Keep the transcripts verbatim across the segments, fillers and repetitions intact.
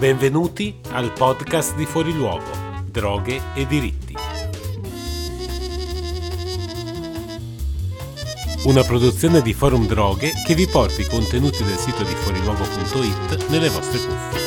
Benvenuti al podcast di Fuori Luogo, Droghe e Diritti. Una produzione di Forum Droghe che vi porta i contenuti del sito di fuoriluogo punto it nelle vostre cuffie.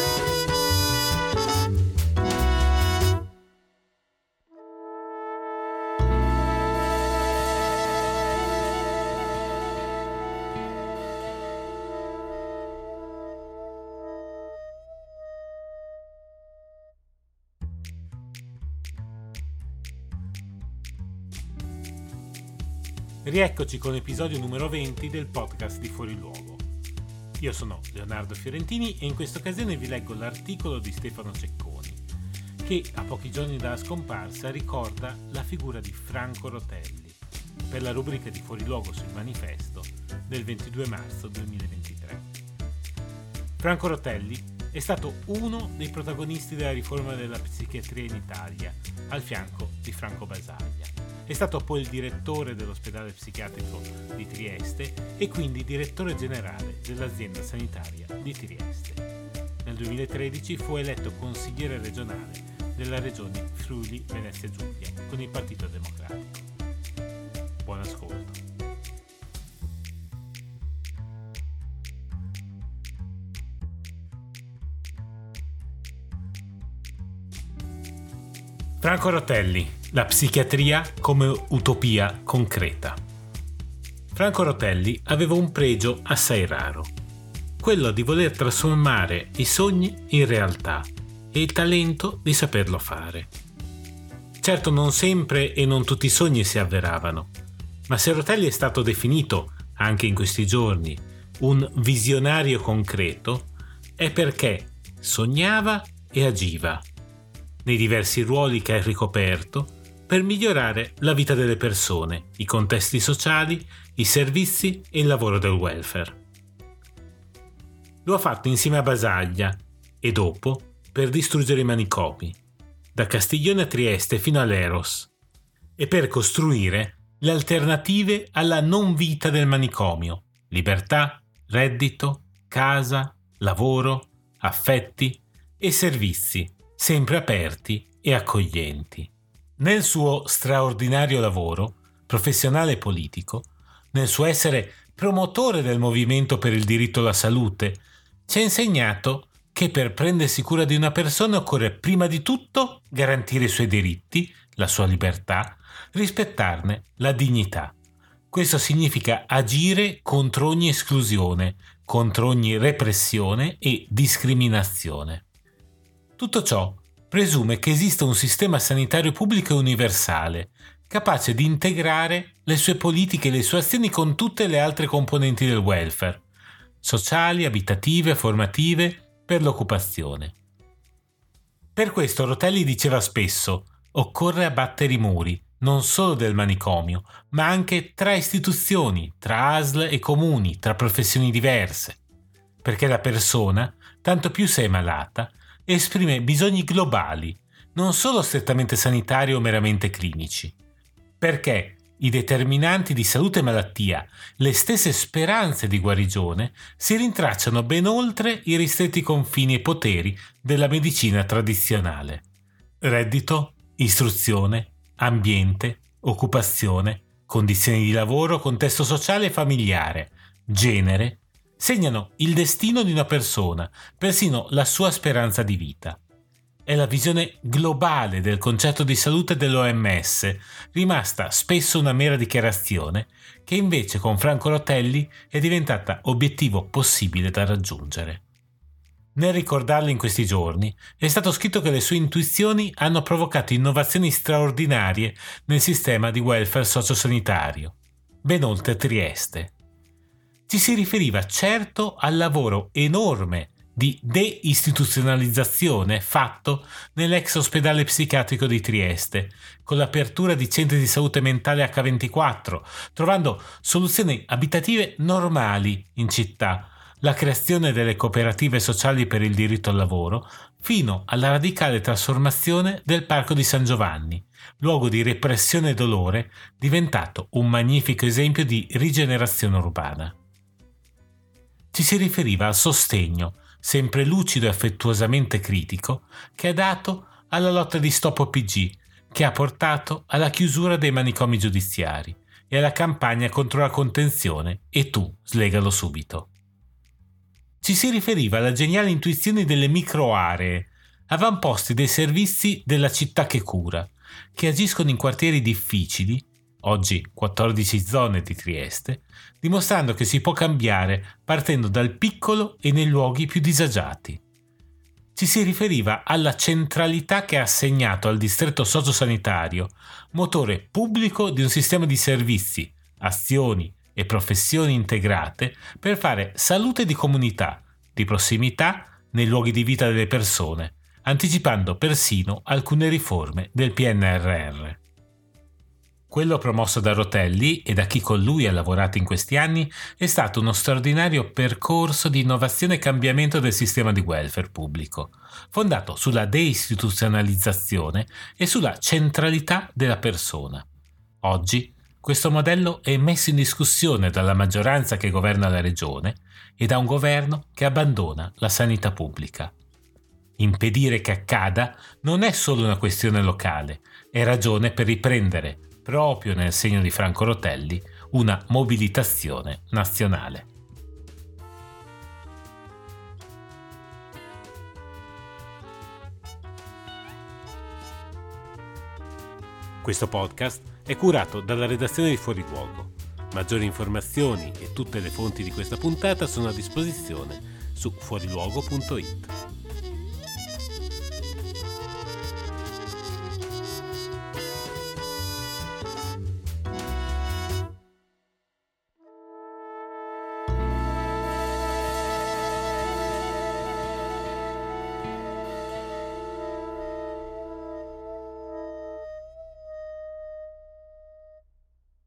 Rieccoci con l'episodio numero venti del podcast di Fuori Luogo. Io sono Leonardo Fiorentini e in questa occasione vi leggo l'articolo di Stefano Cecconi, che a pochi giorni dalla scomparsa ricorda la figura di Franco Rotelli per la rubrica di Fuori Luogo sul Manifesto del ventidue marzo duemilaventitré. Franco Rotelli è stato uno dei protagonisti della riforma della psichiatria in Italia, al fianco di Franco Basaglia. È stato poi il direttore dell'ospedale psichiatrico di Trieste e quindi direttore generale dell'azienda sanitaria di Trieste. Nel duemilatredici fu eletto consigliere regionale della regione Friuli Venezia Giulia con il Partito Democratico. Buon ascolto. Franco Rotelli, la psichiatria come utopia concreta. Franco Rotelli aveva un pregio assai raro, quello di voler trasformare i sogni in realtà e il talento di saperlo fare. Certo, non sempre e non tutti i sogni si avveravano, ma se Rotelli è stato definito, anche in questi giorni, un visionario concreto, è perché sognava e agiva nei diversi ruoli che ha ricoperto per migliorare la vita delle persone, i contesti sociali, i servizi e il lavoro del welfare. Lo ha fatto insieme a Basaglia e dopo per distruggere i manicomi, da Castiglione a Trieste fino all'Eros, e per costruire le alternative alla non vita del manicomio: libertà, reddito, casa, lavoro, affetti e servizi sempre aperti e accoglienti. Nel suo straordinario lavoro, professionale e politico, nel suo essere promotore del movimento per il diritto alla salute, ci ha insegnato che per prendersi cura di una persona occorre prima di tutto garantire i suoi diritti, la sua libertà, rispettarne la dignità. Questo significa agire contro ogni esclusione, contro ogni repressione e discriminazione. Tutto ciò presume che esista un sistema sanitario pubblico e universale, capace di integrare le sue politiche e le sue azioni con tutte le altre componenti del welfare, sociali, abitative, formative, per l'occupazione. Per questo Rotelli diceva spesso: occorre abbattere i muri, non solo del manicomio, ma anche tra istituzioni, tra A S L e comuni, tra professioni diverse, perché la persona, tanto più se è malata, esprime bisogni globali, non solo strettamente sanitari o meramente clinici, perché i determinanti di salute e malattia, le stesse speranze di guarigione, si rintracciano ben oltre i ristretti confini e poteri della medicina tradizionale. Reddito, istruzione, ambiente, occupazione, condizioni di lavoro, contesto sociale e familiare, genere, segnano il destino di una persona, persino la sua speranza di vita. È la visione globale del concetto di salute dell'O M S, rimasta spesso una mera dichiarazione, che invece con Franco Rotelli è diventata obiettivo possibile da raggiungere. Nel ricordarlo in questi giorni, è stato scritto che le sue intuizioni hanno provocato innovazioni straordinarie nel sistema di welfare sociosanitario, ben oltre Trieste. Ci si riferiva certo al lavoro enorme di deistituzionalizzazione fatto nell'ex ospedale psichiatrico di Trieste, con l'apertura di centri di salute mentale acca ventiquattro, trovando soluzioni abitative normali in città, la creazione delle cooperative sociali per il diritto al lavoro, fino alla radicale trasformazione del Parco di San Giovanni, luogo di repressione e dolore diventato un magnifico esempio di rigenerazione urbana. Ci si riferiva al sostegno sempre lucido e affettuosamente critico, che ha dato alla lotta di Stop O P G, che ha portato alla chiusura dei manicomi giudiziari e alla campagna contro la contenzione "e tu slegalo subito". Ci si riferiva alla geniale intuizione delle microaree, avamposti dei servizi della città che cura, che agiscono in quartieri difficili, oggi quattordici zone di Trieste, dimostrando che si può cambiare partendo dal piccolo e nei luoghi più disagiati. Ci si riferiva alla centralità che ha assegnato al distretto sociosanitario, motore pubblico di un sistema di servizi, azioni e professioni integrate per fare salute di comunità, di prossimità nei luoghi di vita delle persone, anticipando persino alcune riforme del P N R R. Quello promosso da Rotelli e da chi con lui ha lavorato in questi anni è stato uno straordinario percorso di innovazione e cambiamento del sistema di welfare pubblico, fondato sulla deistituzionalizzazione e sulla centralità della persona. Oggi questo modello è messo in discussione dalla maggioranza che governa la regione e da un governo che abbandona la sanità pubblica. Impedire che accada non è solo una questione locale, è ragione per riprendere, proprio nel segno di Franco Rotelli, una mobilitazione nazionale. Questo podcast è curato dalla redazione di Fuori Luogo. Maggiori informazioni e tutte le fonti di questa puntata sono a disposizione su fuoriluogo punto it.